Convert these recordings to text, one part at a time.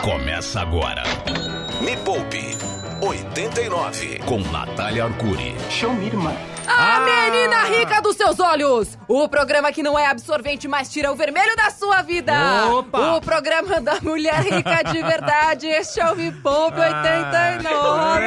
começa agora. Me Poupe 89 com Natália Arcuri. Show me, irmã. A menina rica dos seus olhos! O programa que não é absorvente, mas tira o vermelho da sua vida! Opa! O programa da mulher rica de verdade. Este é o Me Poupe 89!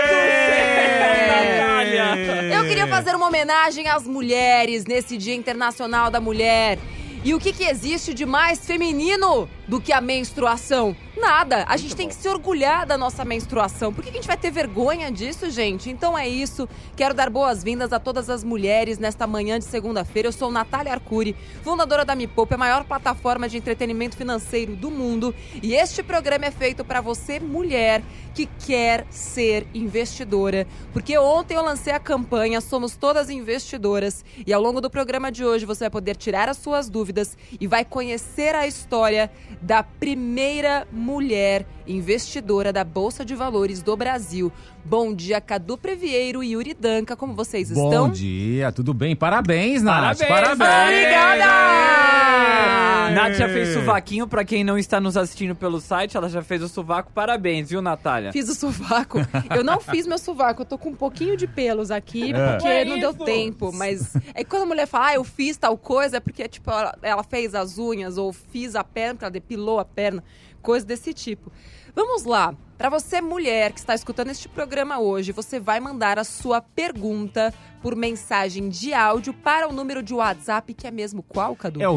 Eu queria fazer uma homenagem às mulheres nesse Dia Internacional da Mulher. E o que existe de mais feminino do que a menstruação? Nada. A gente tem que se orgulhar da nossa menstruação. Por que a gente vai ter vergonha disso, gente? Então é isso. Quero dar boas-vindas a todas as mulheres nesta manhã de segunda-feira. Eu sou Natália Arcuri, fundadora da Me Poupe, a maior plataforma de entretenimento financeiro do mundo. E este programa é feito para você, mulher, que quer ser investidora. Porque ontem eu lancei a campanha Somos Todas Investidoras. E ao longo do programa de hoje você vai poder tirar as suas dúvidas e vai conhecer a história da primeira mulher investidora da Bolsa de Valores do Brasil. Bom dia, Cadu Previeiro e Yuri Danca, como vocês estão? Bom dia, tudo bem? Parabéns, Nath. Parabéns. Obrigada! Nath já fez sovaquinho, pra quem não está nos assistindo pelo site, ela já fez o sovaco. Parabéns, viu, Natália? Fiz o sovaco. Eu não fiz meu sovaco, eu tô com um pouquinho de pelos aqui, porque não deu tempo. Mas é que quando a mulher fala, eu fiz tal coisa, é porque, tipo, ela fez as unhas ou fiz a perna, porque ela depilou a perna, coisa desse tipo. Vamos lá. Para você, mulher, que está escutando este programa hoje, você vai mandar a sua pergunta por mensagem de áudio para o número de WhatsApp, que é mesmo qual, Cadu? É o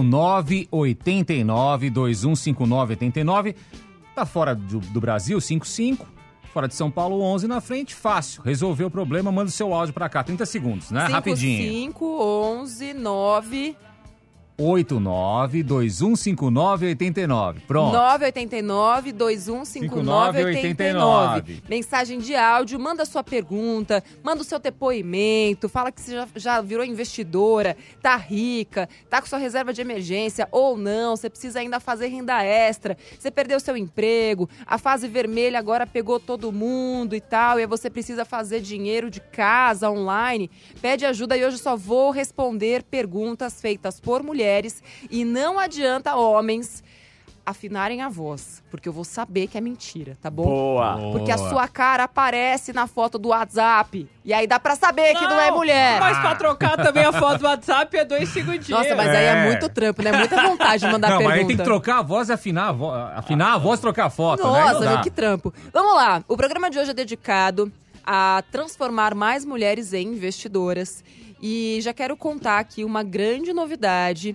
989-2159-89. Tá fora do Brasil, 55. Fora de São Paulo, 11 na frente. Fácil. Resolveu o problema, manda o seu áudio para cá. 30 segundos, né? Rapidinho. 55 11 9... 89-2159-89. Pronto. 989-2159-89. Mensagem de áudio, manda sua pergunta, manda o seu depoimento, fala que você já virou investidora, tá rica, tá com sua reserva de emergência ou não, você precisa ainda fazer renda extra, você perdeu seu emprego, a fase vermelha agora pegou todo mundo e tal, e aí você precisa fazer dinheiro de casa, online. Pede ajuda e hoje só vou responder perguntas feitas por mulheres. E não adianta homens afinarem a voz, porque eu vou saber que é mentira, tá bom? Boa! Porque a sua cara aparece na foto do WhatsApp. E aí dá pra saber que não é mulher. Mas pra trocar também a foto do WhatsApp é 2 segundinhos. Nossa, mas aí é muito trampo, né? Muita vontade de mandar pergunta. Mas aí tem que trocar a voz e afinar a voz e trocar a foto, Nossa, né? meu, que trampo. Vamos lá, o programa de hoje é dedicado a transformar mais mulheres em investidoras. E já quero contar aqui uma grande novidade.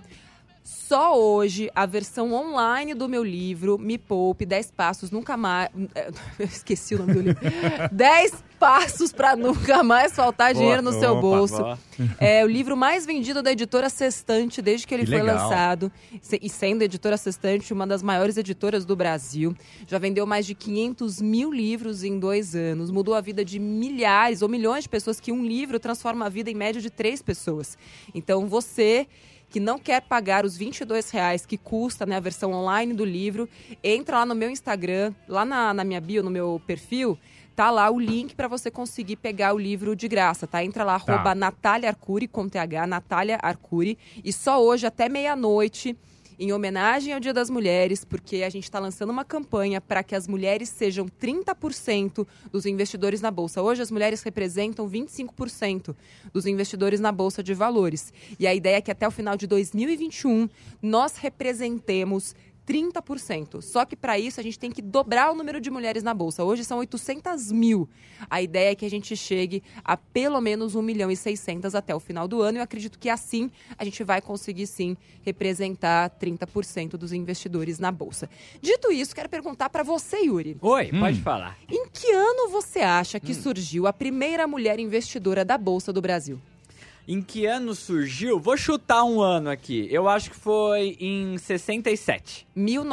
Só hoje, a versão online do meu livro, Me Poupe, 10 Passos Nunca Mais... Eu esqueci o nome do livro. 10 Passos para Nunca Mais Faltar Dinheiro no Seu Bolso. Boa. É o livro mais vendido da Editora Sextante desde que ele foi legal. lançado. E sendo a Editora Sextante uma das maiores editoras do Brasil. Já vendeu mais de 500 mil livros em 2 anos. Mudou a vida de milhares ou milhões de pessoas, que um livro transforma a vida em média de 3 pessoas. Então você que não quer pagar os R$22 que custa, né, a versão online do livro, entra lá no meu Instagram, lá na minha bio, no meu perfil, tá lá o link para você conseguir pegar o livro de graça, tá? Entra lá, @ Natália Arcuri, com TH, Natália Arcuri, e só hoje, até meia-noite, em homenagem ao Dia das Mulheres, porque a gente está lançando uma campanha para que as mulheres sejam 30% dos investidores na Bolsa. Hoje as mulheres representam 25% dos investidores na Bolsa de Valores. E a ideia é que até o final de 2021 nós representemos 30%. Só que para isso a gente tem que dobrar o número de mulheres na Bolsa. Hoje são 800 mil. A ideia é que a gente chegue a pelo menos 1.600.000 até o final do ano. E eu acredito que assim a gente vai conseguir sim representar 30% dos investidores na Bolsa. Dito isso, quero perguntar para você, Yuri. Oi, pode falar. Em que ano você acha que surgiu a primeira mulher investidora da Bolsa do Brasil? Em que ano surgiu? Vou chutar um ano aqui. Eu acho que foi em 67.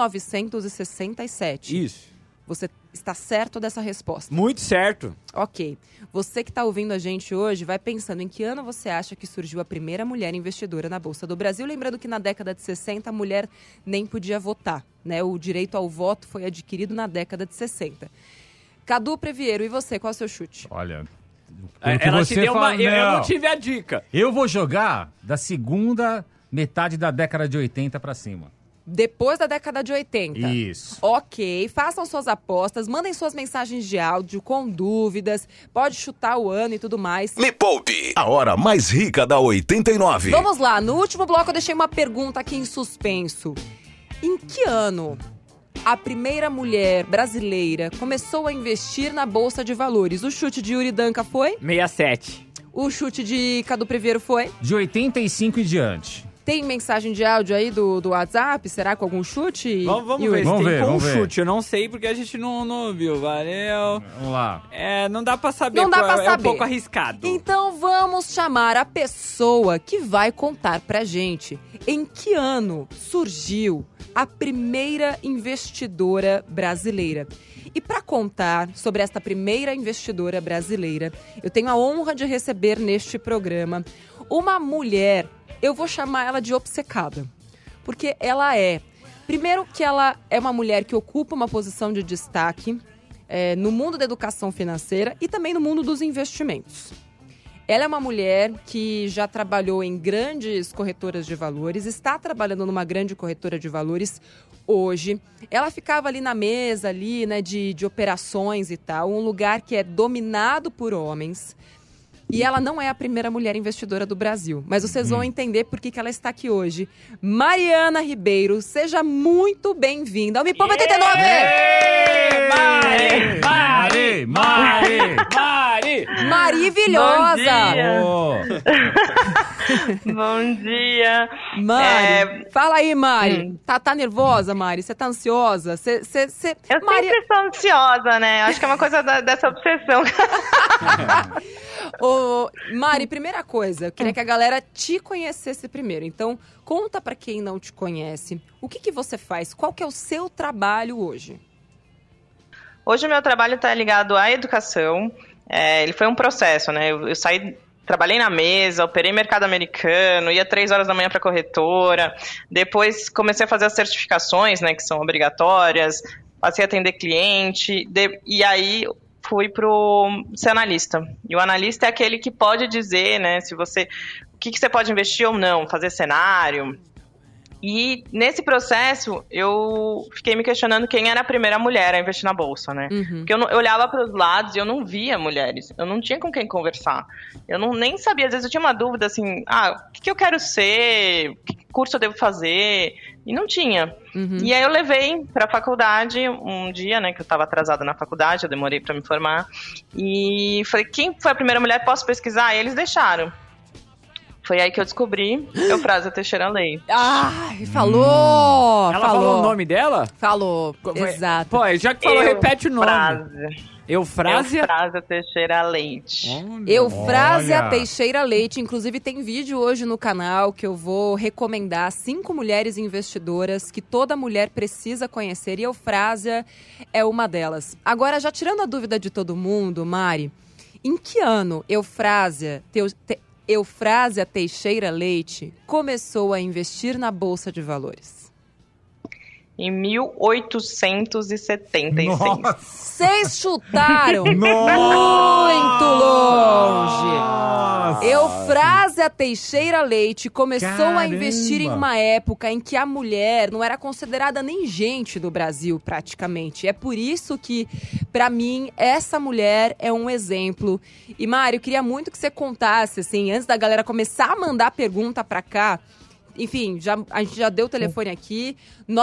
1967. Isso. Você está certo dessa resposta? Muito certo. Ok. Você que está ouvindo a gente hoje, vai pensando em que ano você acha que surgiu a primeira mulher investidora na Bolsa do Brasil. Lembrando que na década de 60 a mulher nem podia votar, né? O direito ao voto foi adquirido na década de 60. Cadu Previeiro, e você, qual é o seu chute? Olha... Ela te deu uma... Eu não tive a dica. Eu vou jogar da segunda metade da década de 80 pra cima. Depois da década de 80. Isso. Ok, façam suas apostas, mandem suas mensagens de áudio com dúvidas, pode chutar o ano e tudo mais. Me Poupe, a hora mais rica da 89. Vamos lá, no último bloco eu deixei uma pergunta aqui em suspenso. Em que ano a primeira mulher brasileira começou a investir na Bolsa de Valores? O chute de Yuri Danca foi? 67. O chute de Cadu Preveiro foi? De 85 em diante. Tem mensagem de áudio aí do WhatsApp? Será com algum chute? Vamos Yuri? ver se tem com vamos ver. chute. Eu não sei porque a gente não viu. Valeu. Vamos lá. Não dá pra saber. Não dá pra É saber. um pouco arriscado. Então vamos chamar a pessoa que vai contar pra gente em que ano surgiu a primeira investidora brasileira. E para contar sobre esta primeira investidora brasileira, eu tenho a honra de receber neste programa uma mulher, eu vou chamar ela de obcecada, porque ela é, primeiro que ela é uma mulher que ocupa uma posição de destaque no mundo da educação financeira e também no mundo dos investimentos. Ela é uma mulher que já trabalhou em grandes corretoras de valores, está trabalhando numa grande corretora de valores hoje. Ela ficava ali na mesa ali, né, de operações e tal, um lugar que é dominado por homens. E ela não é a primeira mulher investidora do Brasil, mas vocês vão entender por que ela está aqui hoje. Mariana Ribeiro, seja muito bem-vinda ao Me Poupe 89! Mari! Maravilhosa! Bom dia! Mari, fala aí, Mari. Tá nervosa, Mari? Você tá ansiosa? Eu sempre sou ansiosa, né? Acho que é uma coisa dessa obsessão. Ô, Mari, primeira coisa, eu queria que a galera te conhecesse primeiro. Então, conta pra quem não te conhece, o que você faz? Qual que é o seu trabalho hoje? Hoje o meu trabalho está ligado à educação. Ele foi um processo, né? Eu trabalhei na mesa, operei mercado americano, ia 3 horas da manhã para a corretora. Depois comecei a fazer as certificações, né, que são obrigatórias. Passei a atender cliente. E aí fui pro ser analista. E o analista é aquele que pode dizer, né, se você, o que você pode investir ou não, fazer cenário. E nesse processo, eu fiquei me questionando quem era a primeira mulher a investir na Bolsa, né? Porque eu olhava para os lados e eu não via mulheres. Eu não tinha com quem conversar. Eu nem sabia, às vezes eu tinha uma dúvida assim, o que eu quero ser? Que curso eu devo fazer? E não tinha. E aí eu levei para a faculdade um dia, né, que eu estava atrasada na faculdade, eu demorei para me formar. E falei, quem foi a primeira mulher? Posso pesquisar? E eles deixaram. Foi aí que eu descobri Eufrásia Teixeira Leite. Ai, falou! Ela falou o nome dela? Falou, exato. Pô, já que falou, repete o nome. Eufrásia Teixeira Leite. Eufrásia Olha. Teixeira Leite. Inclusive, tem vídeo hoje no canal que eu vou recomendar. 5 mulheres investidoras que toda mulher precisa conhecer. E Eufrásia é uma delas. Agora, já tirando a dúvida de todo mundo, Mari, em que ano Eufrásia Teixeira Leite começou a investir na Bolsa de Valores? Em 1876. Nossa. Vocês chutaram muito longe. Eufrásia Teixeira Leite começou a investir em uma época em que a mulher não era considerada nem gente do Brasil, praticamente. É por isso que, pra mim, essa mulher é um exemplo. E, Mário, eu queria muito que você contasse, assim, antes da galera começar a mandar pergunta pra cá. Enfim, a gente já deu o telefone aqui,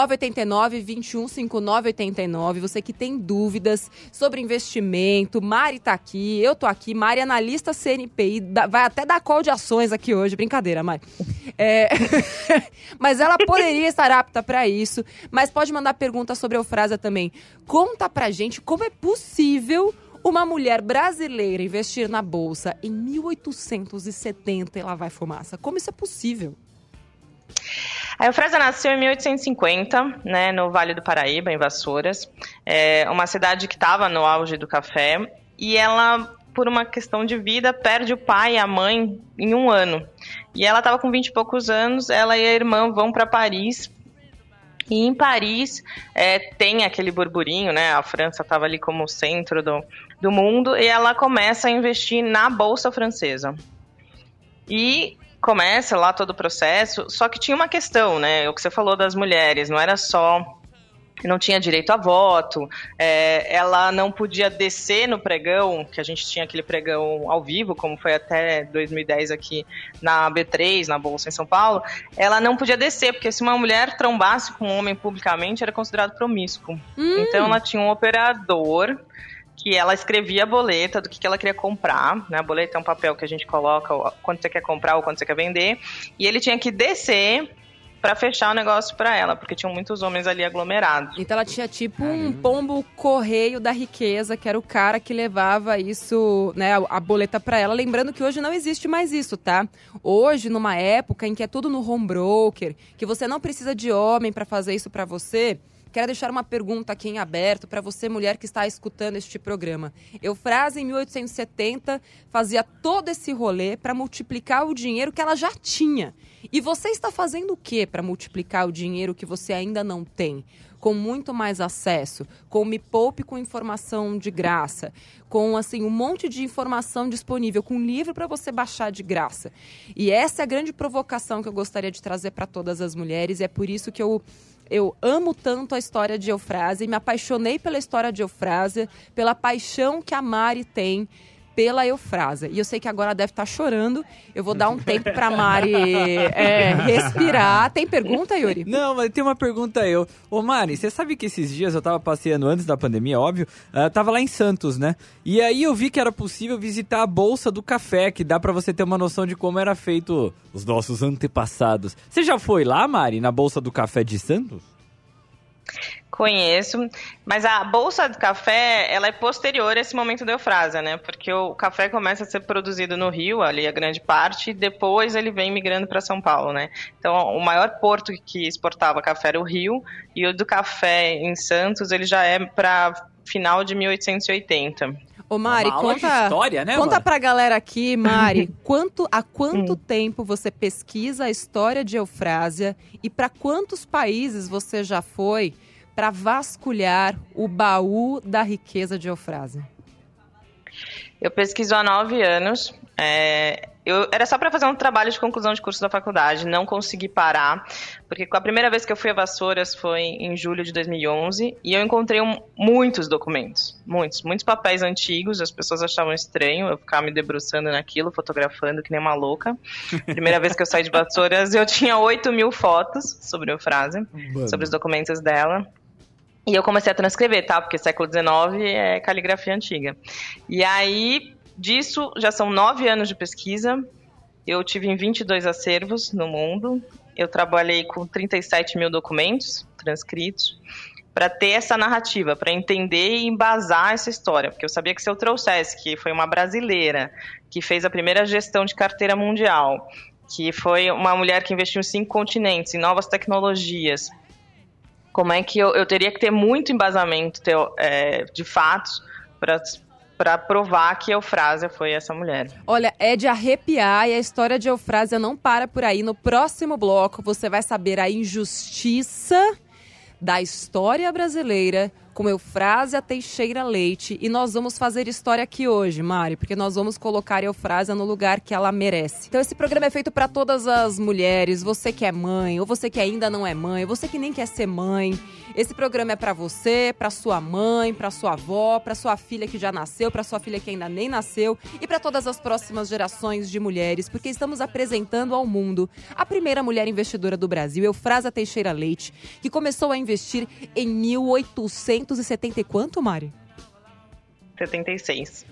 989-215989. Você que tem dúvidas sobre investimento, Mari tá aqui, eu tô aqui, Mari analista CNPI, vai até dar call de ações aqui hoje, brincadeira, Mari. Mas ela poderia estar apta para isso, mas pode mandar pergunta sobre a Eufrásia também. Conta pra gente como é possível uma mulher brasileira investir na Bolsa em 1870 e lá vai fumaça. Como isso é possível? A Eufrásia nasceu em 1850, né, no Vale do Paraíba, em Vassouras. É uma cidade que estava no auge do café. E ela, por uma questão de vida, perde o pai e a mãe em 1 ano. E ela estava com 20 e poucos anos, ela e a irmã vão para Paris. E em Paris tem aquele burburinho, né? A França estava ali como o centro do mundo. E ela começa a investir na Bolsa Francesa. E começa lá todo o processo, só que tinha uma questão, né? O que você falou das mulheres, não era só... Não tinha direito a voto, ela não podia descer no pregão, que a gente tinha aquele pregão ao vivo, como foi até 2010 aqui na B3, na Bolsa em São Paulo, ela não podia descer, porque se uma mulher trombasse com um homem publicamente, era considerado promíscuo. Então ela tinha um operador que ela escrevia a boleta do que ela queria comprar, né? A boleta é um papel que a gente coloca quando você quer comprar ou quando você quer vender, e ele tinha que descer pra fechar o negócio pra ela, porque tinham muitos homens ali aglomerados. Então ela tinha tipo um pombo correio da riqueza, que era o cara que levava isso, né, a boleta pra ela. Lembrando que hoje não existe mais isso, tá? Hoje, numa época em que é tudo no home broker, que você não precisa de homem pra fazer isso pra você, quero deixar uma pergunta aqui em aberto para você, mulher que está escutando este programa. Eufrásia, em 1870, fazia todo esse rolê para multiplicar o dinheiro que ela já tinha. E você está fazendo o quê para multiplicar o dinheiro que você ainda não tem? Com muito mais acesso, com Me Poupe com informação de graça, com assim um monte de informação disponível, com livro para você baixar de graça. E essa é a grande provocação que eu gostaria de trazer para todas as mulheres, e é por isso que eu amo tanto a história de Eufrásia e me apaixonei pela história de Eufrásia, pela paixão que a Mari tem pela Eufrásia. E eu sei que agora ela deve estar chorando. Eu vou dar um tempo pra Mari respirar. Tem pergunta, Yuri? Não, mas tem uma pergunta eu. Ô Mari, você sabe que esses dias eu tava passeando antes da pandemia, óbvio, tava lá em Santos, né? E aí eu vi que era possível visitar a Bolsa do Café, que dá pra você ter uma noção de como era feito os nossos antepassados. Você já foi lá, Mari, na Bolsa do Café de Santos? Conheço, mas a Bolsa do Café, ela é posterior a esse momento da Eufrásia, né? Porque o café começa a ser produzido no Rio, ali a grande parte, e depois ele vem migrando para São Paulo, né? Então, o maior porto que exportava café era o Rio, e o do café em Santos, ele já é para final de 1880. Ô Mari, história, né, conta Mari? pra galera aqui, Mari, há quanto tempo você pesquisa a história de Eufrásia e para quantos países você já foi para vasculhar o baú da riqueza de Eufrásia? Eu pesquiso há 9 anos. Era só para fazer um trabalho de conclusão de curso da faculdade, não consegui parar, porque a primeira vez que eu fui a Vassouras foi em julho de 2011 e eu encontrei muitos documentos, muitos papéis antigos. As pessoas achavam estranho eu ficar me debruçando naquilo, fotografando que nem uma louca. Primeira vez que eu saí de Vassouras, eu tinha 8.000 fotos sobre a Eufrásia, sobre os documentos dela. E eu comecei a transcrever, tá? Porque século XIX é caligrafia antiga. E aí, disso, já são 9 anos de pesquisa. Eu tive em 22 acervos no mundo. Eu trabalhei com 37 mil documentos transcritos para ter essa narrativa, para entender e embasar essa história. Porque eu sabia que se eu trouxesse que foi uma brasileira que fez a primeira gestão de carteira mundial, que foi uma mulher que investiu em 5 continentes, em novas tecnologias, como é que eu teria que ter muito embasamento de fatos para provar que Eufrásia foi essa mulher. Olha, é de arrepiar e a história de Eufrásia não para por aí. No próximo bloco você vai saber a injustiça da história brasileira com Eufrásia Teixeira Leite. E nós vamos fazer história aqui hoje, Mari, porque nós vamos colocar Eufrásia no lugar que ela merece. Então esse programa é feito para todas as mulheres, você que é mãe, ou você que ainda não é mãe, ou você que nem quer ser mãe. Esse programa é para você, para sua mãe, para sua avó, para sua filha que já nasceu, para sua filha que ainda nem nasceu e para todas as próximas gerações de mulheres, porque estamos apresentando ao mundo a primeira mulher investidora do Brasil, Eufrásia Teixeira Leite, que começou a investir em 1870 e quanto, Mari? 76.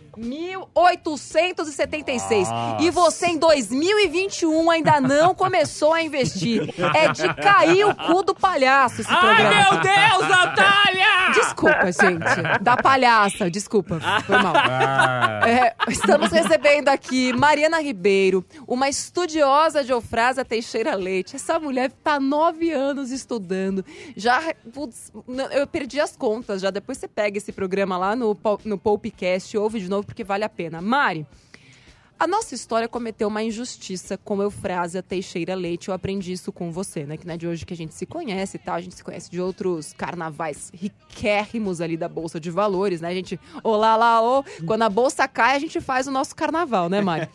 1876. E você em 2021 ainda não começou a investir. É de cair o cu do palhaço esse programa. Ai, meu Deus, Natália! Desculpa, gente. Da palhaça, desculpa. Foi mal. Estamos recebendo aqui Mariana Ribeiro, uma estudiosa de Eufrásia Teixeira Leite. Essa mulher está há 9 anos estudando. Putz, eu perdi as contas já. Depois você pega esse programa lá no Poupecast, ouve de novo, porque vale a pena. Mari, A nossa história cometeu uma injustiça com Eufrásia Teixeira Leite. Eu aprendi isso com você, né? Que não é de hoje que a gente se conhece e tal. A gente se conhece de outros carnavais riquérrimos ali da Bolsa de Valores, né? A gente, olá, lá, ô. Quando a bolsa cai, a gente faz o nosso carnaval, né, Mari?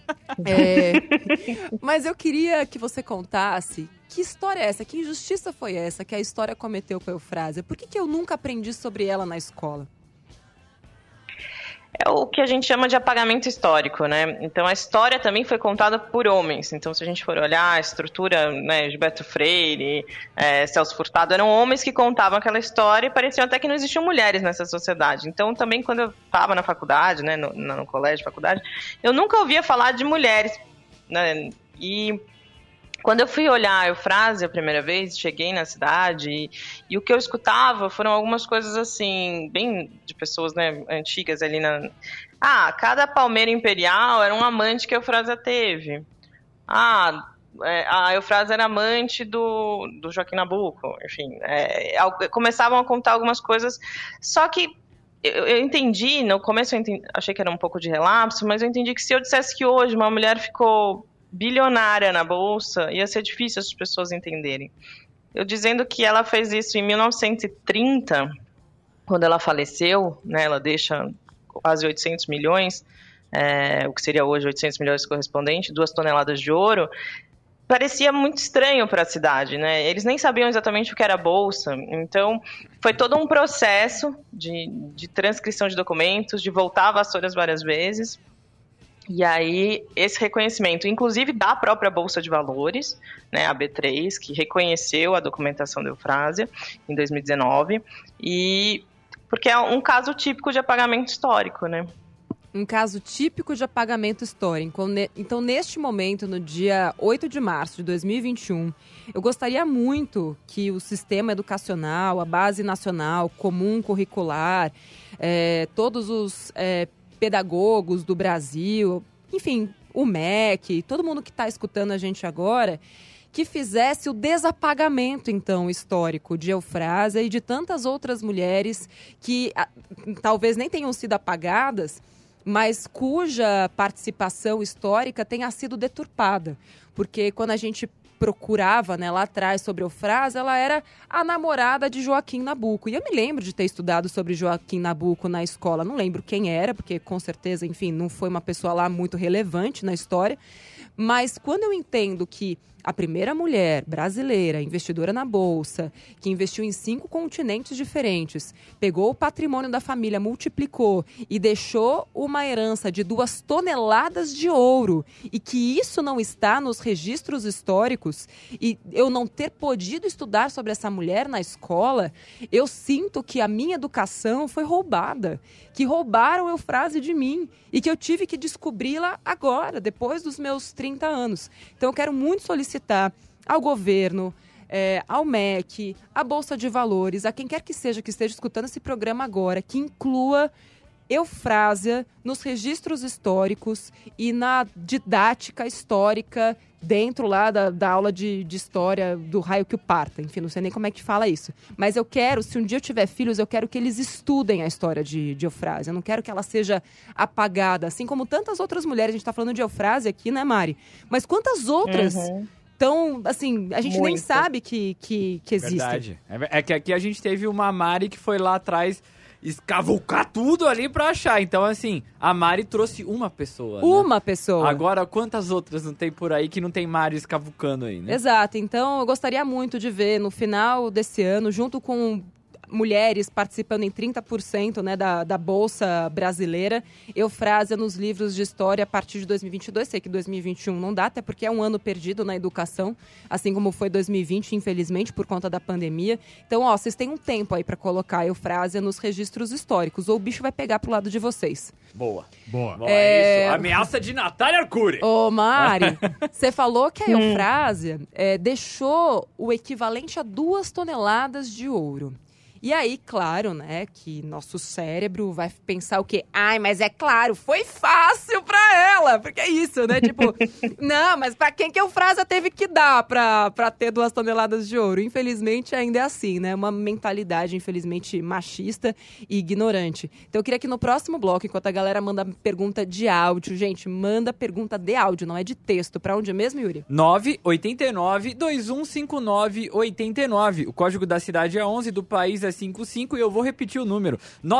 Mas eu queria que você contasse que história é essa, que injustiça foi essa que a história cometeu com a Eufrásia? Por que eu nunca aprendi sobre ela na escola? É o que a gente chama de apagamento histórico, né? Então, a história também foi contada por homens. Então, se a gente for olhar a estrutura, né, Gilberto Freire, Celso Furtado, eram homens que contavam aquela história e pareciam até que não existiam mulheres nessa sociedade. Então, também quando eu estava na faculdade, né, no colégio, faculdade, eu nunca ouvia falar de mulheres, né? E quando eu fui olhar a Eufrásia a primeira vez, cheguei na cidade e o que eu escutava foram algumas coisas assim, bem de pessoas, né, antigas ali cada palmeira imperial era um amante que a Eufrásia teve. A Eufrásia era amante do Joaquim Nabuco. Enfim, começavam a contar algumas coisas, só que eu entendi, no começo achei que era um pouco de relapso, mas eu entendi que se eu dissesse que hoje uma mulher ficou bilionária na Bolsa, ia ser difícil as pessoas entenderem. Eu dizendo que ela fez isso em 1930, quando ela faleceu, né, ela deixa quase 800 milhões, o que seria hoje 800 milhões correspondente, 2 toneladas de ouro, parecia muito estranho para a cidade, né? Eles nem sabiam exatamente o que era Bolsa, então foi todo um processo de transcrição de documentos, de voltar a vassouras várias vezes. E aí, esse reconhecimento, inclusive da própria Bolsa de Valores, né, a B3, que reconheceu a documentação da Eufrásia em 2019, porque é um caso típico de apagamento histórico, né? Um caso típico de apagamento histórico. Então, neste momento, no dia 8 de março de 2021, eu gostaria muito que o sistema educacional, a base nacional, comum curricular, todos os pedagogos do Brasil, enfim, o MEC, todo mundo que está escutando a gente agora, que fizesse o desapagamento, então, histórico de Eufrásia e de tantas outras mulheres que talvez nem tenham sido apagadas, mas cuja participação histórica tenha sido deturpada. Porque quando a gente procurava, né, lá atrás sobre Eufrásia, ela era a namorada de Joaquim Nabuco. E eu me lembro de ter estudado sobre Joaquim Nabuco na escola. Não lembro quem era, porque com certeza, enfim, não foi uma pessoa lá muito relevante na história. Mas quando eu entendo que a primeira mulher brasileira, investidora na Bolsa, que investiu em 5 continentes diferentes, pegou o patrimônio da família, multiplicou e deixou uma herança de 2 toneladas de ouro, e que isso não está nos registros históricos, e eu não ter podido estudar sobre essa mulher na escola, eu sinto que a minha educação foi roubada, que roubaram Eufrásia de mim e que eu tive que descobri-la agora, depois dos meus 30 anos. Então eu quero muito solicitar ao governo, ao MEC, à Bolsa de Valores, a quem quer que seja que esteja escutando esse programa agora, que inclua Eufrásia nos registros históricos e na didática histórica dentro lá da aula de história do raio que o parta. Enfim, não sei nem como é que fala isso. Mas eu quero, se um dia eu tiver filhos, eu quero que eles estudem a história de Eufrásia. Eu não quero que ela seja apagada, assim como tantas outras mulheres. A gente está falando de Eufrásia aqui, né, Mari? Mas quantas outras... Então, assim, a gente nem sabe que existem. Verdade. É que aqui a gente teve uma Mari que foi lá atrás escavucar tudo ali pra achar. Então, assim, a Mari trouxe uma pessoa, né? Uma pessoa. Agora, quantas outras não tem por aí que não tem Mari escavucando aí, né? Exato. Então, eu gostaria muito de ver no final desse ano, junto com mulheres participando em 30%, né, da Bolsa Brasileira, Eufrásia nos livros de história a partir de 2022. Sei que 2021 não dá, até porque é um ano perdido na educação, assim como foi 2020, infelizmente, por conta da pandemia. Então, vocês têm um tempo aí para colocar a Eufrásia nos registros históricos, ou o bicho vai pegar pro lado de vocês. Boa. É isso. Ameaça de Natália Arcuri. Ô, Mari, você falou que a Eufrásia deixou o equivalente a 2 toneladas de ouro. E aí, claro, né, que nosso cérebro vai pensar o quê? Ai, mas é claro, foi fácil pra ela. Porque é isso, né? Tipo, não, mas pra quem que a Eufrásia teve que dar pra ter 2 toneladas de ouro? Infelizmente, ainda é assim, né? Uma mentalidade, infelizmente, machista e ignorante. Então, eu queria que no próximo bloco, enquanto a galera manda pergunta de áudio, gente, manda pergunta de áudio, não é de texto. Pra onde mesmo, Yuri? 989-2159-89. O código da cidade é 11, do país é 55 e eu vou repetir o número.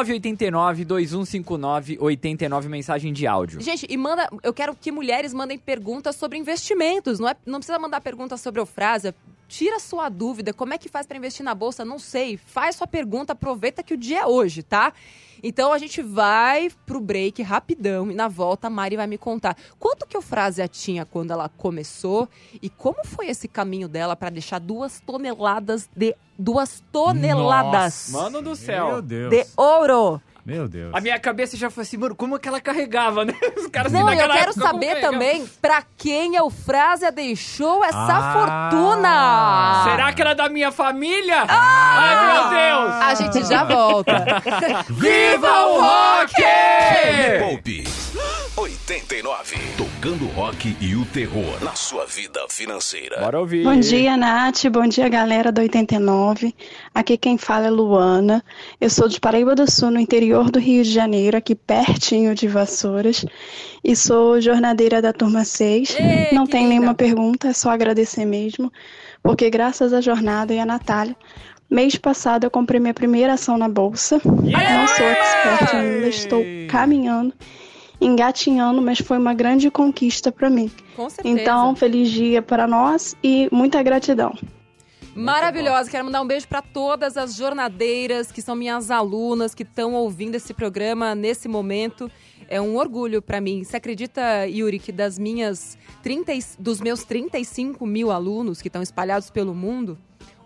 989-2159-89, mensagem de áudio. Gente, e eu quero que mulheres mandem perguntas sobre investimentos. Não precisa mandar perguntas sobre Eufrásia. Tira sua dúvida, como é que faz para investir na bolsa? Não sei. Faz sua pergunta, aproveita que o dia é hoje, tá? Então a gente vai pro break rapidão e na volta a Mari vai me contar quanto que a Eufrásia tinha quando ela começou e como foi esse caminho dela para deixar 2 toneladas de 2 toneladas. Nossa, mano do céu. Meu Deus. De ouro. Meu Deus. A minha cabeça já foi assim, mano, como que ela carregava, né? Os caras Não, eu quero época, saber também pra quem a Eufrásia deixou essa fortuna. Será que ela é da minha família? Ai, meu Deus! A gente já volta. Viva o rock! Me Poupe 89. Tocando rock e o terror na sua vida financeira. Bora ouvir. Bom dia, Nath. Bom dia, galera do 89. Aqui quem fala é Luana. Eu sou de Paraíba do Sul, no interior do Rio de Janeiro, aqui pertinho de Vassouras. E sou jornadeira da turma 6. Não tem nenhuma pergunta, é só agradecer mesmo. Porque graças à jornada e à Natália, mês passado eu comprei minha primeira ação na bolsa. Não sou expert ainda, estou caminhando, engatinhando, mas foi uma grande conquista para mim. Com certeza. Então, feliz dia para nós e muita gratidão. Maravilhosa. Quero mandar um beijo para todas as jornadeiras que são minhas alunas, que estão ouvindo esse programa nesse momento. É um orgulho para mim. Você acredita, Yuri, que dos meus 35 mil alunos que estão espalhados pelo mundo,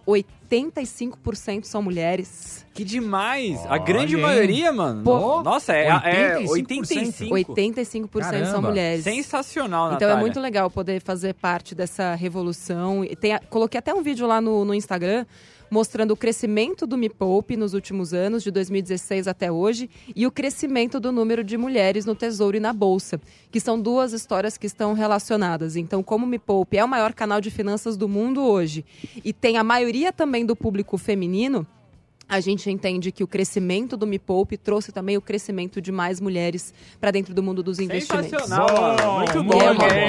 85% são mulheres. Que demais! A Olha, grande maioria, mano. Pô, Nossa, é 85%. 85% são Caramba. mulheres. Sensacional, Então Natália. é muito legal poder fazer parte dessa revolução. E coloquei até um vídeo lá no Instagram mostrando o crescimento do Me Poupe nos últimos anos, de 2016 até hoje, e o crescimento do número de mulheres no Tesouro e na Bolsa, que são 2 histórias que estão relacionadas. Então, como o Me Poupe é o maior canal de finanças do mundo hoje, e tem a maioria também do público feminino, a gente entende que o crescimento do Me Poupe trouxe também o crescimento de mais mulheres para dentro do mundo dos investimentos. Sensacional, mano. Muito bom.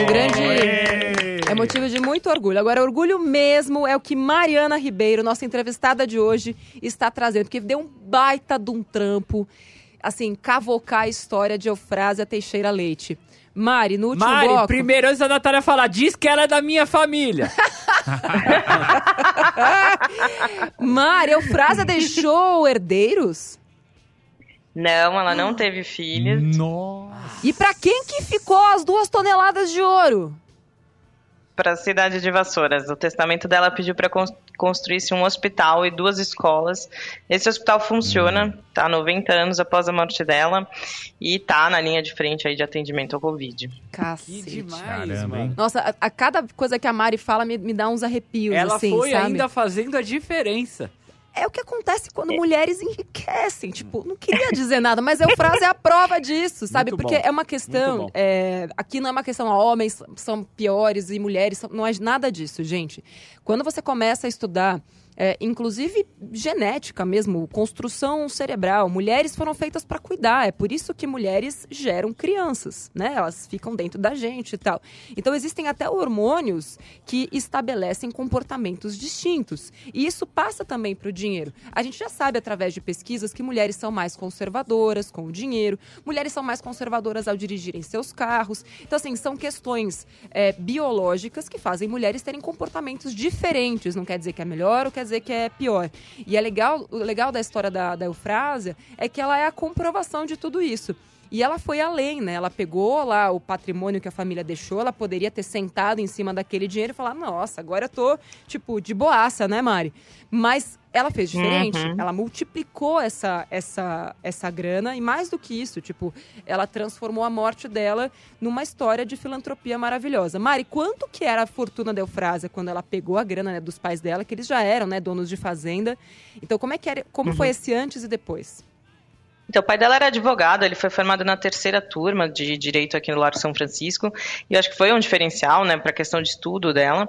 É motivo de muito orgulho. Agora, orgulho mesmo é o que Mariana Ribeiro, nossa entrevistada de hoje, está trazendo, porque deu um baita de um trampo, assim, cavocar a história de Eufrásia Teixeira Leite. Mari, no último bloco... primeiro, antes da Natália falar, diz que ela é da minha família. Mari, Eufrásia deixou herdeiros? Não, ela não teve filhos. Nossa. E pra quem que ficou as 2 toneladas de ouro? Para a cidade de Vassouras. O testamento dela pediu para construir-se um hospital e 2 escolas. Esse hospital funciona, tá há 90 anos após a morte dela e tá na linha de frente aí de atendimento ao Covid. Que Cacete. demais, Caramba, hein? mano. Nossa, a cada coisa que a Mari fala me dá uns arrepios, Ela assim, foi sabe? ainda fazendo a diferença. É o que acontece quando mulheres enriquecem. Tipo, não queria dizer nada, mas a Eufrásia é a prova disso, sabe? Muito Porque bom. é uma Muito questão... bom. Aqui não é uma questão, homens são piores e mulheres... Não é nada disso, gente. Quando você começa a estudar... inclusive genética mesmo, construção cerebral. Mulheres foram feitas para cuidar. É por isso que mulheres geram crianças, né? Elas ficam dentro da gente e tal. Então, existem até hormônios que estabelecem comportamentos distintos. E isso passa também para o dinheiro. A gente já sabe, através de pesquisas, que mulheres são mais conservadoras com o dinheiro. Mulheres são mais conservadoras ao dirigirem seus carros. Então, assim, são questões biológicas que fazem mulheres terem comportamentos diferentes. Não quer dizer que é melhor ou quer dizer que é pior. E o legal da história da Eufrásia é que ela é a comprovação de tudo isso. E ela foi além, né? Ela pegou lá o patrimônio que a família deixou, ela poderia ter sentado em cima daquele dinheiro e falar, nossa, agora eu tô, tipo, de boaça, né, Mari? Mas ela fez diferente. Ela multiplicou essa grana e mais do que isso, tipo, ela transformou a morte dela numa história de filantropia maravilhosa. Mari, quanto que era a fortuna da Eufrásia quando ela pegou a grana, né, dos pais dela, que eles já eram, né, donos de fazenda? Então, como foi esse antes e depois? Então, o pai dela era advogado, ele foi formado na 3ª turma de Direito aqui no Lar São Francisco, e eu acho que foi um diferencial, né, para a questão de estudo dela,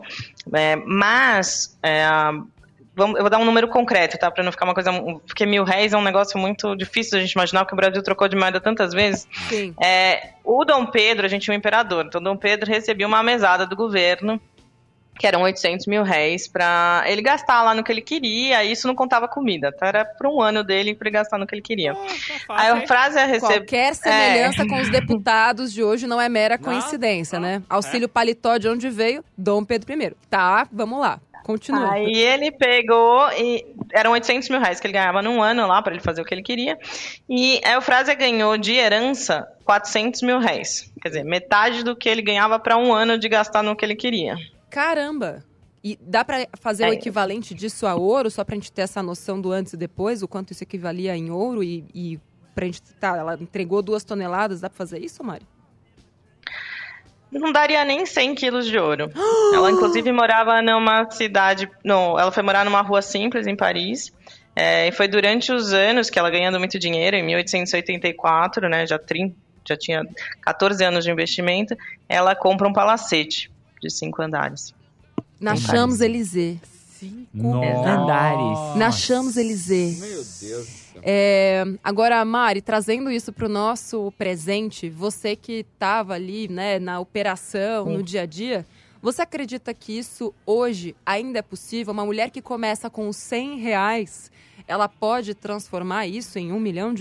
eu vou dar um número concreto, tá, para não ficar uma coisa, porque R$1.000 é um negócio muito difícil da gente imaginar, porque o Brasil trocou de moeda tantas vezes. Sim. O Dom Pedro, a gente tinha um imperador, então Dom Pedro recebia uma mesada do governo, que eram R$800 mil para ele gastar lá no que ele queria, e isso não contava comida, tá? Era para um ano dele para ele gastar no que ele queria. A Eufrásia recebeu... Qualquer semelhança com os deputados de hoje não é mera coincidência, né? Auxílio paletó de onde veio? Dom Pedro I. Tá, vamos lá. Continua. Aí ele pegou, e eram R$800 mil que ele ganhava num ano lá para ele fazer o que ele queria, e a Eufrásia ganhou de herança R$400 mil. Quer dizer, metade do que ele ganhava para um ano de gastar no que ele queria. Caramba! E dá pra fazer o equivalente disso a ouro, só pra gente ter essa noção do antes e depois, o quanto isso equivalia em ouro e pra gente... Tá, ela entregou 2 toneladas, dá pra fazer isso, Mari? Não daria nem 100 quilos de ouro. Ela, inclusive, morava numa cidade... Não, ela foi morar numa rua simples, em Paris. E foi durante os anos que ela ganhando muito dinheiro, em 1884, né, já tinha 14 anos de investimento, ela compra um palacete de 5 andares. Na Champs-Élysées. 5 andares. Na Champs-Élysées. Meu Deus do céu. Agora, Mari, trazendo isso para o nosso presente, você que estava ali, né, na operação, no dia a dia, você acredita que isso hoje ainda é possível? Uma mulher que começa com R$100, ela pode transformar isso em R$1 milhão?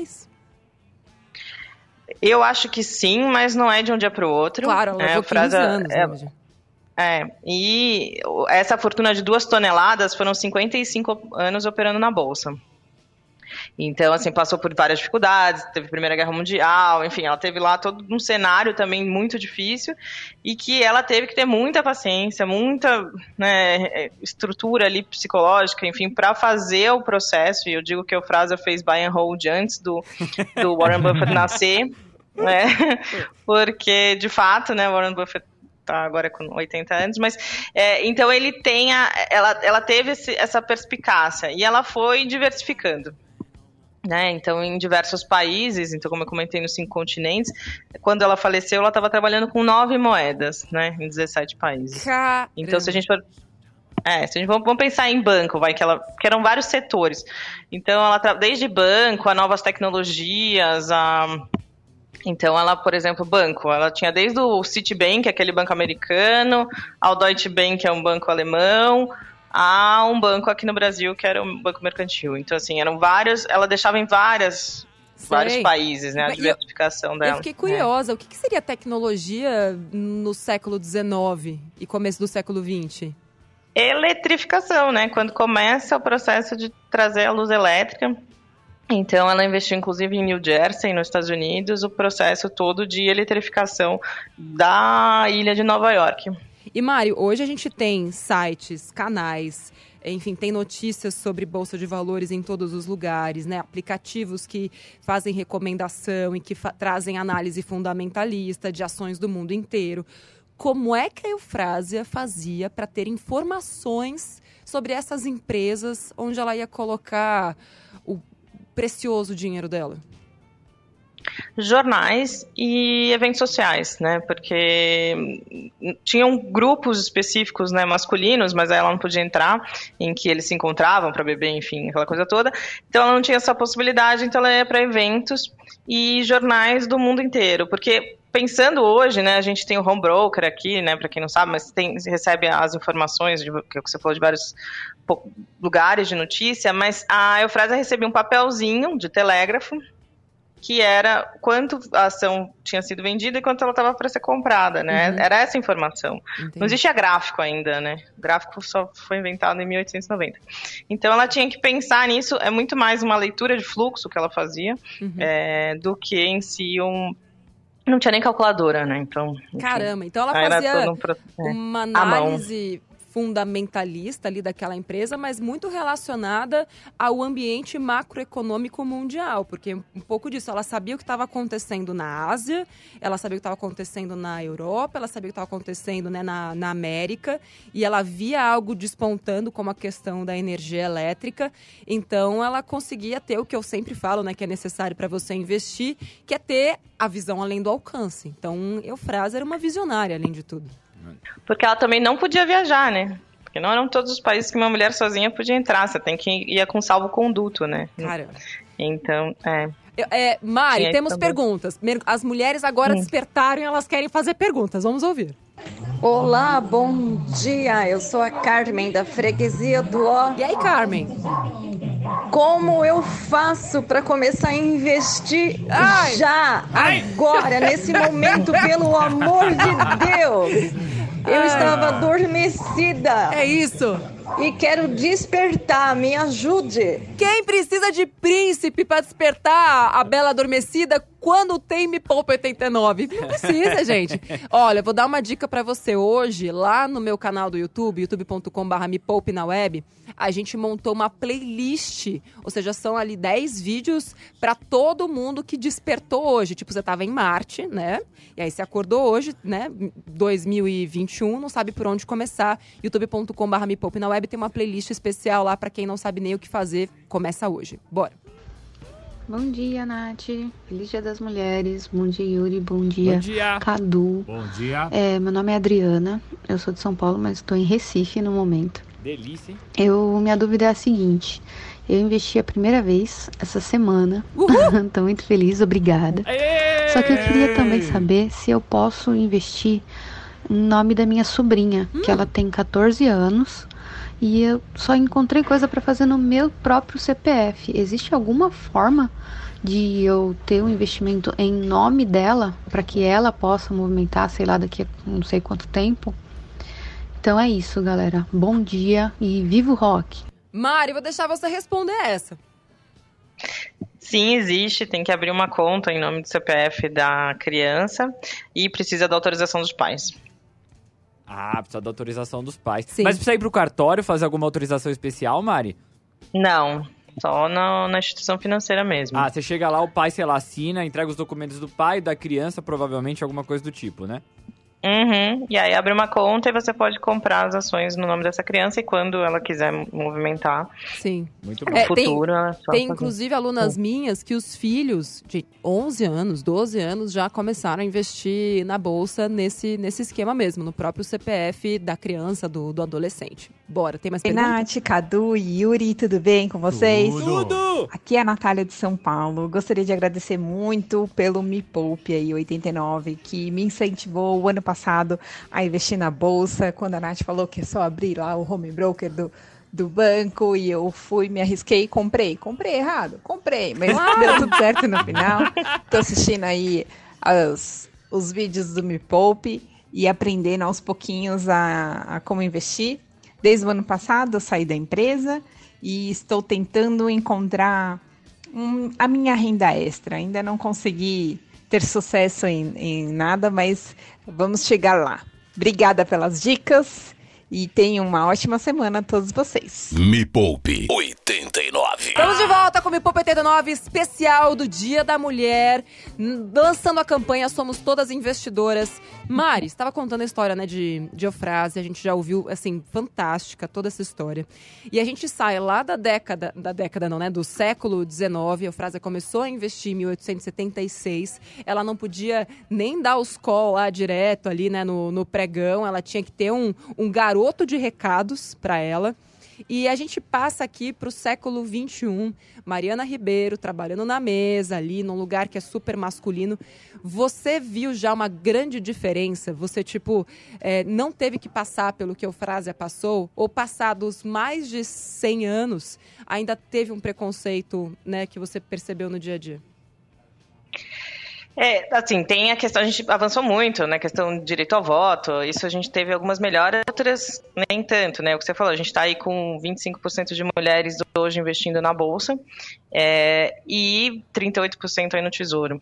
Eu acho que sim, mas não é de um dia para o outro. Claro, ela levou 15 anos. E essa fortuna de 2 toneladas foram 55 anos operando na Bolsa. Então, assim, passou por várias dificuldades, teve a Primeira Guerra Mundial, enfim, ela teve lá todo um cenário também muito difícil e que ela teve que ter muita paciência, muita, né, estrutura ali psicológica, enfim, para fazer o processo. E eu digo que a Eufrásia fez buy and hold antes do Warren Buffett nascer, né? Porque, de fato, né, Warren Buffett tá agora com 80 anos, mas então ele tem ela teve essa perspicácia e ela foi diversificando. Né? Então, em diversos países, então, como eu comentei, nos 5 continentes, quando ela faleceu, ela estava trabalhando com 9 moedas, né? Em 17 países. Caramba. Então, se a gente for... vamos pensar em banco, que eram vários setores. Então, desde banco, a novas tecnologias, Então, ela, por exemplo, banco, ela tinha desde o Citibank, aquele banco americano, ao Deutsche Bank, que é um banco alemão, a um banco aqui no Brasil, que era um banco mercantil. Então, assim, eram vários... Ela deixava em vários países, né? A diversificação dela. Eu fiquei curiosa. O que seria tecnologia no século XIX e começo do século XX? Eletrificação, né? Quando começa o processo de trazer a luz elétrica. Então, ela investiu, inclusive, em New Jersey, nos Estados Unidos, o processo todo de eletrificação da ilha de Nova York. E, Mário, hoje a gente tem sites, canais, enfim, tem notícias sobre Bolsa de Valores em todos os lugares, né? Aplicativos que fazem recomendação e que trazem análise fundamentalista de ações do mundo inteiro. Como é que a Eufrásia fazia para ter informações sobre essas empresas onde ela ia colocar o precioso dinheiro dela? Jornais e eventos sociais, né? Porque tinham grupos específicos, né, masculinos, mas aí ela não podia entrar, em que eles se encontravam para beber, enfim, aquela coisa toda. Então ela não tinha essa possibilidade, então ela ia para eventos e jornais do mundo inteiro, porque pensando hoje, né, a gente tem o home broker aqui, né, para quem não sabe, mas recebe as informações que você falou de vários lugares de notícia, mas a Eufrásia recebia um papelzinho de telégrafo que era quanto a ação tinha sido vendida e quanto ela estava para ser comprada, né? Era essa informação. Entendi. Não existia gráfico ainda, né? O gráfico só foi inventado em 1890. Então ela tinha que pensar nisso, é muito mais uma leitura de fluxo que ela fazia, do que em si não tinha nem calculadora, né? Então, enfim, Caramba, então ela era fazia todo uma à mão. análise fundamentalista ali daquela empresa, mas muito relacionada ao ambiente macroeconômico mundial, porque um pouco disso, ela sabia o que estava acontecendo na Ásia, ela sabia o que estava acontecendo na Europa, ela sabia o que estava acontecendo, né, na América, e ela via algo despontando como a questão da energia elétrica, então ela conseguia ter o que eu sempre falo, né, que é necessário para você investir, que é ter a visão além do alcance. Então, Eufrásia era uma visionária, além de tudo. Porque ela também não podia viajar, né? Porque não eram todos os países que uma mulher sozinha podia entrar. Você tem que ir com salvo-conduto, né? Caramba. Então, Mari, Sim, temos também. perguntas. As mulheres agora despertaram e elas querem fazer perguntas. Vamos ouvir. Olá, bom dia. Eu sou a Carmen da freguesia do Ó. E aí, Carmen? Como eu faço para começar a investir já, agora, nesse momento, pelo amor de Deus? Eu estava adormecida. É isso. E quero despertar, me ajude. Quem precisa de príncipe para despertar a bela adormecida quando tem Me Poupa 89? Não precisa, gente. Olha, vou dar uma dica para você hoje, lá no meu canal do YouTube, youtube.com/Me Poupe na web, a gente montou uma playlist, ou seja, são ali 10 vídeos para todo mundo que despertou hoje. Tipo, você tava em Marte, né? E aí você acordou hoje, né? 2021, não sabe por onde começar. youtube.com/Me Poupe na web tem uma playlist especial lá para quem não sabe nem o que fazer. Começa hoje. Bora. Bom dia, Nath. Feliz Dia das Mulheres. Bom dia, Yuri. Bom dia, Cadu. Bom dia. Meu nome é Adriana. Eu sou de São Paulo, mas estou em Recife no momento. Delícia, hein? Minha dúvida é a seguinte. Eu investi a primeira vez essa semana. Estou muito feliz, obrigada. Aê! Só que eu queria também saber se eu posso investir em nome da minha sobrinha, que ela tem 14 anos. E eu só encontrei coisa para fazer no meu próprio CPF. Existe alguma forma de eu ter um investimento em nome dela para que ela possa movimentar, sei lá, daqui a não sei quanto tempo? Então é isso, galera. Bom dia e viva o rock! Mari, vou deixar você responder essa. sim, existe. Tem que abrir uma conta em nome do CPF da criança e precisa da autorização dos pais. Ah, precisa da autorização dos pais. Sim. Mas precisa ir pro cartório fazer alguma autorização especial, Mari? Não, só na instituição financeira mesmo. Ah, você chega lá, o pai, sei lá, assina, entrega os documentos do pai, da criança, provavelmente alguma coisa do tipo, né? Uhum. E aí abre uma conta e você pode comprar as ações no nome dessa criança e quando ela quiser movimentar Sim. Muito bom. no futuro, ela só Tem fazer. inclusive alunas minhas que os filhos de 11 anos, 12 anos já começaram a investir na bolsa nesse esquema mesmo, no próprio CPF da criança, do adolescente. Bora, tem mais Oi, perguntas? Nath, Cadu e Yuri, tudo bem com vocês? Tudo! Aqui é a Natália de São Paulo. Gostaria de agradecer muito pelo Me Poupe aí, 89, que me incentivou o ano passado a investir na bolsa. Quando a Nath falou que é só abrir lá o home broker do banco e eu fui, me arrisquei e comprei. Comprei errado? Comprei, mas deu tudo certo no final. Tô assistindo aí os vídeos do Me Poupe e aprendendo aos pouquinhos a como investir. Desde o ano passado eu saí da empresa e estou tentando encontrar a minha renda extra. Ainda não consegui ter sucesso em nada, mas vamos chegar lá. Obrigada pelas dicas e tenham uma ótima semana a todos vocês. Me Poupe 89. Estamos de volta com o Me Poupe 89, especial do Dia da Mulher, lançando a campanha Somos Todas Investidoras. Mari, você estava contando a história, né, de Eufrásia, a gente já ouviu, assim, fantástica toda essa história. E a gente sai lá do século XIX, Eufrásia começou a investir em 1876, ela não podia nem dar os call lá direto ali, né, no pregão, ela tinha que ter um garoto de recados para ela. E a gente passa aqui para o século XXI, Mariana Ribeiro trabalhando na mesa ali, num lugar que é super masculino. Você viu já uma grande diferença? Você, não teve que passar pelo que a Eufrásia passou? Ou passados mais de 100 anos, ainda teve um preconceito, né, que você percebeu no dia a dia? Assim, tem a questão, a gente avançou muito na questão do direito ao voto, isso a gente teve algumas melhoras, outras nem tanto, né? O que você falou, a gente está aí com 25% de mulheres hoje investindo na Bolsa e 38% aí no Tesouro.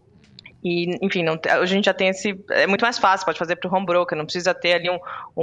E, enfim, hoje a gente já tem é muito mais fácil, pode fazer para o home broker, não precisa ter ali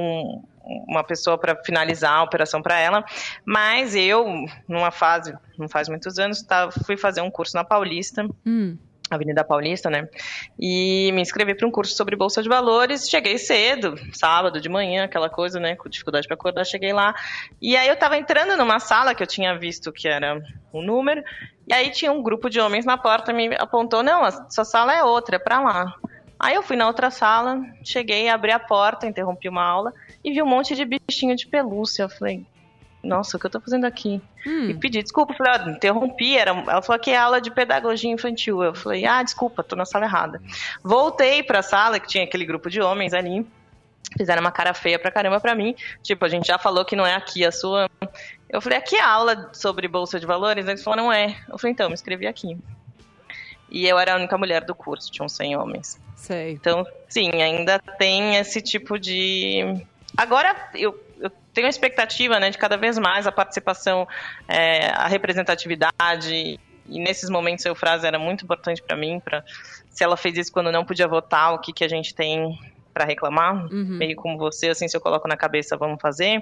uma pessoa para finalizar a operação para ela. Mas eu, numa fase, não faz muitos anos, fui fazer um curso na Paulista, Avenida Paulista, né? E me inscrevi para um curso sobre Bolsa de Valores. Cheguei cedo, sábado de manhã, aquela coisa, né? Com dificuldade para acordar, cheguei lá. E aí eu estava entrando numa sala que eu tinha visto que era um número. E aí tinha um grupo de homens na porta, me apontou, não, a sua sala é outra, é para lá. Aí eu fui na outra sala, cheguei, abri a porta, interrompi uma aula e vi um monte de bichinho de pelúcia. Eu falei, nossa, o que eu tô fazendo aqui? E pedi desculpa, falei, interrompi, ela falou que é aula de pedagogia infantil. Eu falei, desculpa, tô na sala errada. Voltei pra sala, que tinha aquele grupo de homens ali, fizeram uma cara feia pra caramba pra mim, tipo, a gente já falou que não é aqui a sua... Eu falei, aqui é aula sobre Bolsa de Valores? Eles falaram, não é. Eu falei, então, me inscrevi aqui. E eu era a única mulher do curso, tinham 100 homens. Sei. Então, sim, ainda tem esse tipo de... Agora, eu tenho a expectativa, né, de cada vez mais a participação, a representatividade, e nesses momentos a Eufrásia era muito importante para mim, se ela fez isso quando não podia votar, o que a gente tem para reclamar, meio como você, assim, se eu coloco na cabeça, vamos fazer,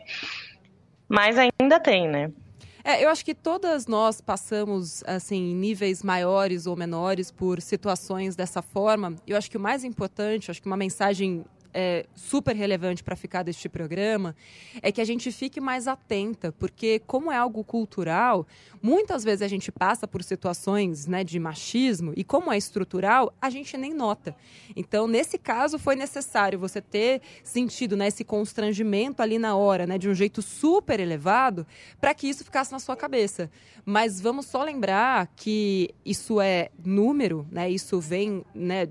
mas ainda tem, né. Eu acho que todas nós passamos, assim, em níveis maiores ou menores por situações dessa forma. Eu acho que o mais importante, acho que uma mensagem super relevante para ficar deste programa é que a gente fique mais atenta, porque como é algo cultural, muitas vezes a gente passa por situações, né, de machismo e como é estrutural, a gente nem nota. Então, nesse caso, foi necessário você ter sentido, né, esse constrangimento ali na hora, né, de um jeito super elevado, para que isso ficasse na sua cabeça. Mas vamos só lembrar que isso é número, né, isso vem, né,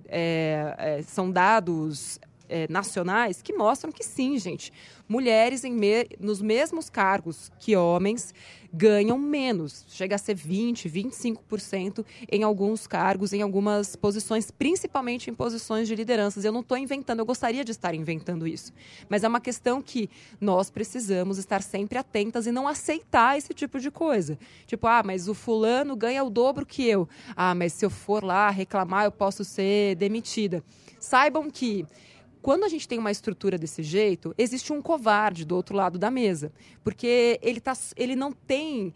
são dados nacionais que mostram que sim, gente, mulheres nos mesmos cargos que homens ganham menos, chega a ser 20%, 25% em alguns cargos, em algumas posições, principalmente em posições de lideranças. Eu não estou inventando, eu gostaria de estar inventando isso, mas é uma questão que nós precisamos estar sempre atentas e não aceitar esse tipo de coisa. Tipo, mas o fulano ganha o dobro que eu. Mas se eu for lá reclamar, eu posso ser demitida. Saibam que quando a gente tem uma estrutura desse jeito, existe um covarde do outro lado da mesa, porque ele não tem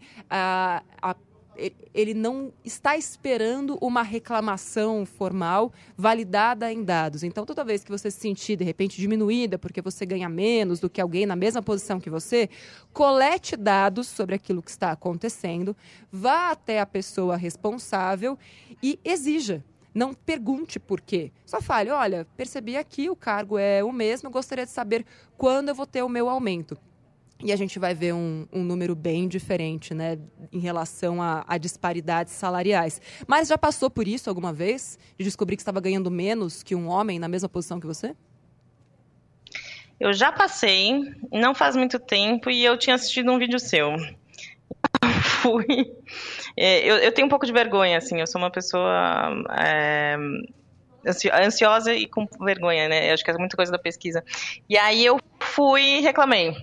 ele não está esperando uma reclamação formal validada em dados. Então, toda vez que você se sentir, de repente, diminuída porque você ganha menos do que alguém na mesma posição que você, colete dados sobre aquilo que está acontecendo, vá até a pessoa responsável e exija. Não pergunte por quê. Só fale, olha, percebi aqui, o cargo é o mesmo, eu gostaria de saber quando eu vou ter o meu aumento. E a gente vai ver um número bem diferente, né, em relação a disparidades salariais. Mas já passou por isso alguma vez? De descobrir que estava ganhando menos que um homem na mesma posição que você? Eu já passei, não faz muito tempo, e eu tinha assistido um vídeo seu. Eu tenho um pouco de vergonha, assim, eu sou uma pessoa ansiosa e com vergonha, né? Eu acho que é muita coisa da pesquisa. E aí eu fui e reclamei.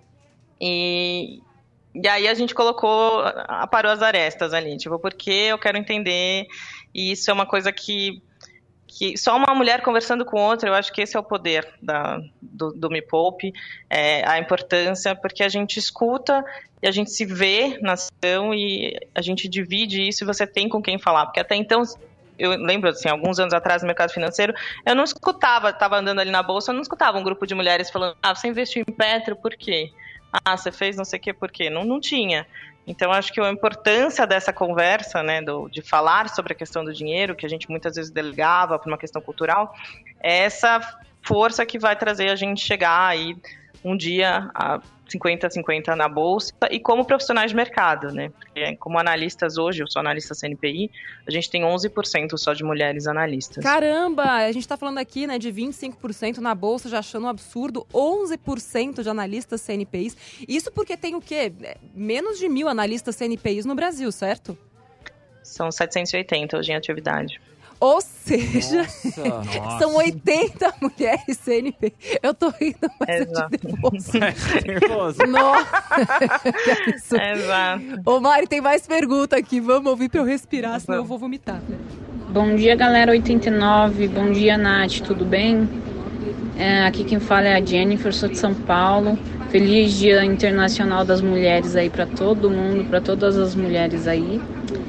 E aí a gente aparou as arestas ali, tipo, porque eu quero entender, e isso é uma coisa que só uma mulher conversando com outra, eu acho que esse é o poder do Me Poupe, a importância, porque a gente escuta e a gente se vê na ação e a gente divide isso e você tem com quem falar, porque até então, eu lembro, assim, alguns anos atrás no mercado financeiro, eu não escutava, estava andando ali na bolsa, eu não escutava um grupo de mulheres falando, você investiu em Petro, por quê? Você fez não sei o que, por quê? Não tinha. Então, acho que a importância dessa conversa, né, de falar sobre a questão do dinheiro, que a gente muitas vezes delegava por uma questão cultural, é essa força que vai trazer a gente chegar aí um dia a 50-50 na bolsa e como profissionais de mercado, né? Porque como analistas hoje, eu sou analista CNPI, a gente tem 11% só de mulheres analistas. Caramba! A gente está falando aqui, né, de 25% na bolsa, já achando um absurdo, 11% de analistas CNPIs. Isso porque tem o quê? Menos de 1.000 analistas CNPIs no Brasil, certo? São 780 hoje em atividade. Ou seja, são 80 mulheres CNP. Eu tô rindo, mas eu te nervoso. Nossa. Exato. Ô, Mari, tem mais pergunta aqui. Vamos ouvir pra eu respirar, senão eu vou vomitar. Bom dia, galera 89. Bom dia, Nath. Tudo bem? Aqui quem fala é a Jennifer, sou de São Paulo. Feliz Dia Internacional das Mulheres aí pra todo mundo, pra todas as mulheres aí.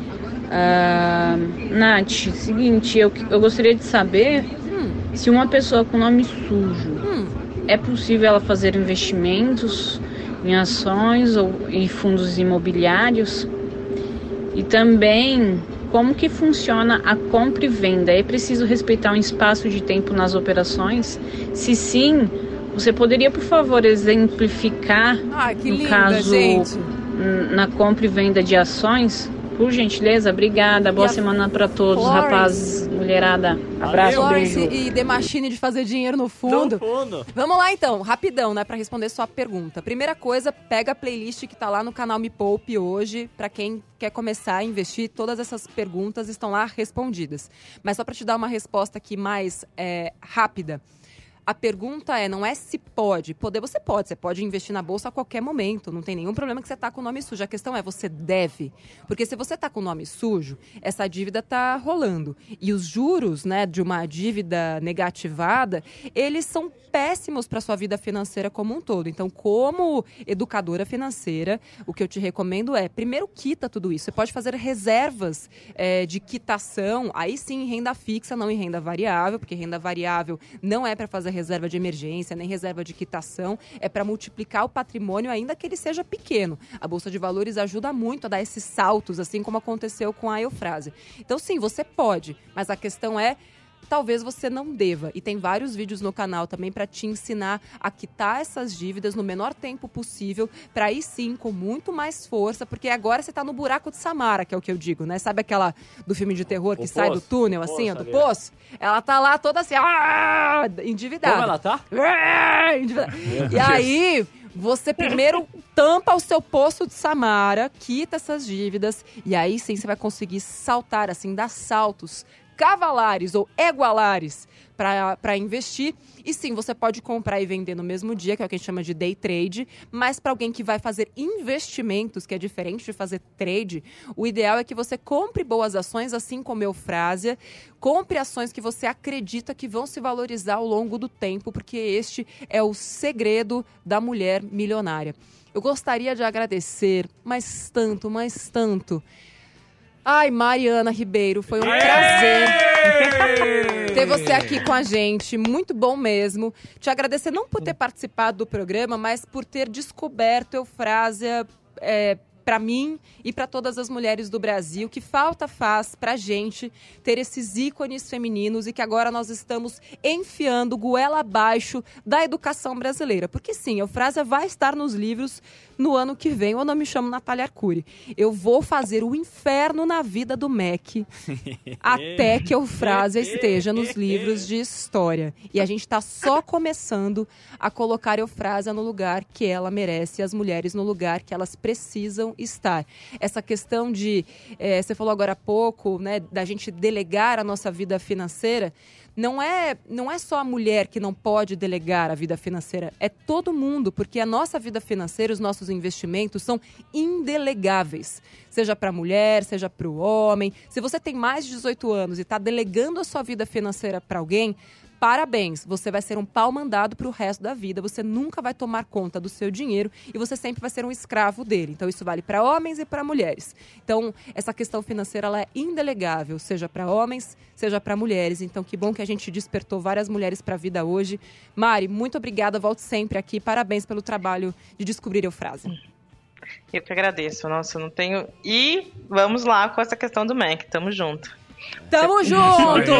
Nath, seguinte, eu gostaria de saber se uma pessoa com nome sujo é possível ela fazer investimentos em ações e fundos imobiliários, e também como que funciona a compra e venda. É preciso respeitar um espaço de tempo nas operações? Se sim, você poderia, por favor, exemplificar no caso, gente, na compra e venda de ações? Por gentileza, obrigada. Boa semana para todos, rapazes, mulherada. Abraço, beijo. E The Machine de fazer dinheiro no fundo. Vamos lá então, rapidão, né, para responder sua pergunta. Primeira coisa, pega a playlist que tá lá no canal Me Poupe hoje, para quem quer começar a investir, todas essas perguntas estão lá respondidas. Mas só para te dar uma resposta aqui mais rápida. A pergunta não é se pode. Você pode investir na bolsa a qualquer momento. Não tem nenhum problema que você tá com o nome sujo. A questão é, você deve. Porque se você tá com o nome sujo, essa dívida tá rolando. E os juros, né, de uma dívida negativada, eles são péssimos para sua vida financeira como um todo. Então, como educadora financeira, o que eu te recomendo é, primeiro, quita tudo isso. Você pode fazer reservas de quitação, aí sim, em renda fixa, não em renda variável, porque renda variável não é para fazer reserva de emergência, nem reserva de quitação, é para multiplicar o patrimônio, ainda que ele seja pequeno. A Bolsa de Valores ajuda muito a dar esses saltos, assim como aconteceu com a Eufrásia. Então, sim, você pode, mas a questão é, talvez você não deva. E tem vários vídeos no canal também para te ensinar a quitar essas dívidas no menor tempo possível, para aí sim, com muito mais força, porque agora você tá no buraco de Samara, que é o que eu digo, né? Sabe aquela do filme de terror que sai do túnel, assim, do poço? Ela tá lá toda assim, endividada. Como ela tá? Endividada. E aí, você primeiro tampa o seu poço de Samara, quita essas dívidas, e aí sim você vai conseguir saltar, assim, dar saltos cavalares ou igualares para investir. E sim, você pode comprar e vender no mesmo dia, que é o que a gente chama de day trade, mas para alguém que vai fazer investimentos, que é diferente de fazer trade, o ideal é que você compre boas ações, assim como Eufrásia, compre ações que você acredita que vão se valorizar ao longo do tempo, porque este é o segredo da mulher milionária. Eu gostaria de agradecer, mas tanto, ai, Mariana Ribeiro, foi um prazer ter você aqui com a gente, muito bom mesmo. Te agradecer não por ter participado do programa, mas por ter descoberto Eufrásia para mim e para todas as mulheres do Brasil, que falta faz pra gente ter esses ícones femininos e que agora nós estamos enfiando goela abaixo da educação brasileira. Porque sim, Eufrásia vai estar nos livros no ano que vem. Eu não me chamo Natália Arcuri. Eu vou fazer o inferno na vida do MEC até que Eufrásia esteja nos livros de história. E a gente está só começando a colocar Eufrásia no lugar que ela merece e as mulheres no lugar que elas precisam estar. Essa questão de, você falou agora há pouco, né, da gente delegar a nossa vida financeira, não é só a mulher que não pode delegar a vida financeira, é todo mundo, porque a nossa vida financeira, os nossos investimentos são indelegáveis. Seja para a mulher, seja para o homem. Se você tem mais de 18 anos e está delegando a sua vida financeira para alguém, parabéns, você vai ser um pau mandado para o resto da vida, você nunca vai tomar conta do seu dinheiro e você sempre vai ser um escravo dele. Então isso vale para homens e para mulheres. Então essa questão financeira ela é indelegável, seja para homens, seja para mulheres. Então que bom que a gente despertou várias mulheres para a vida hoje. Mari, muito obrigada, volte sempre aqui, parabéns pelo trabalho de descobrir Eufrásia. Eu que agradeço, nossa, eu não tenho... E vamos lá com essa questão do MEC, tamo junto. Tamo junto!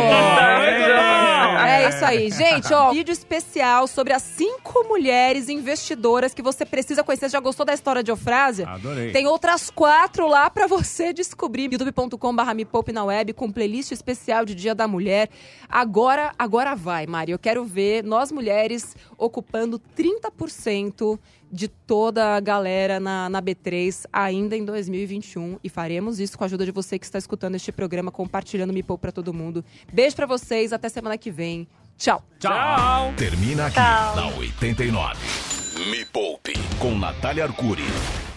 É isso aí. Gente, ó, vídeo especial sobre as 5 mulheres investidoras que você precisa conhecer. Você já gostou da história de Eufrásia? Adorei. Tem outras 4 lá pra você descobrir. youtube.com/mepoupe na web, com playlist especial de Dia da Mulher. Agora vai, Mari. Eu quero ver nós mulheres ocupando 30% de toda a galera na B3 ainda em 2021 e faremos isso com a ajuda de você que está escutando este programa, compartilhando Me Poupe para todo mundo. Beijo para vocês, até semana que vem. Tchau. Tchau. Termina aqui na 89. Me Poupe com Natália Arcuri.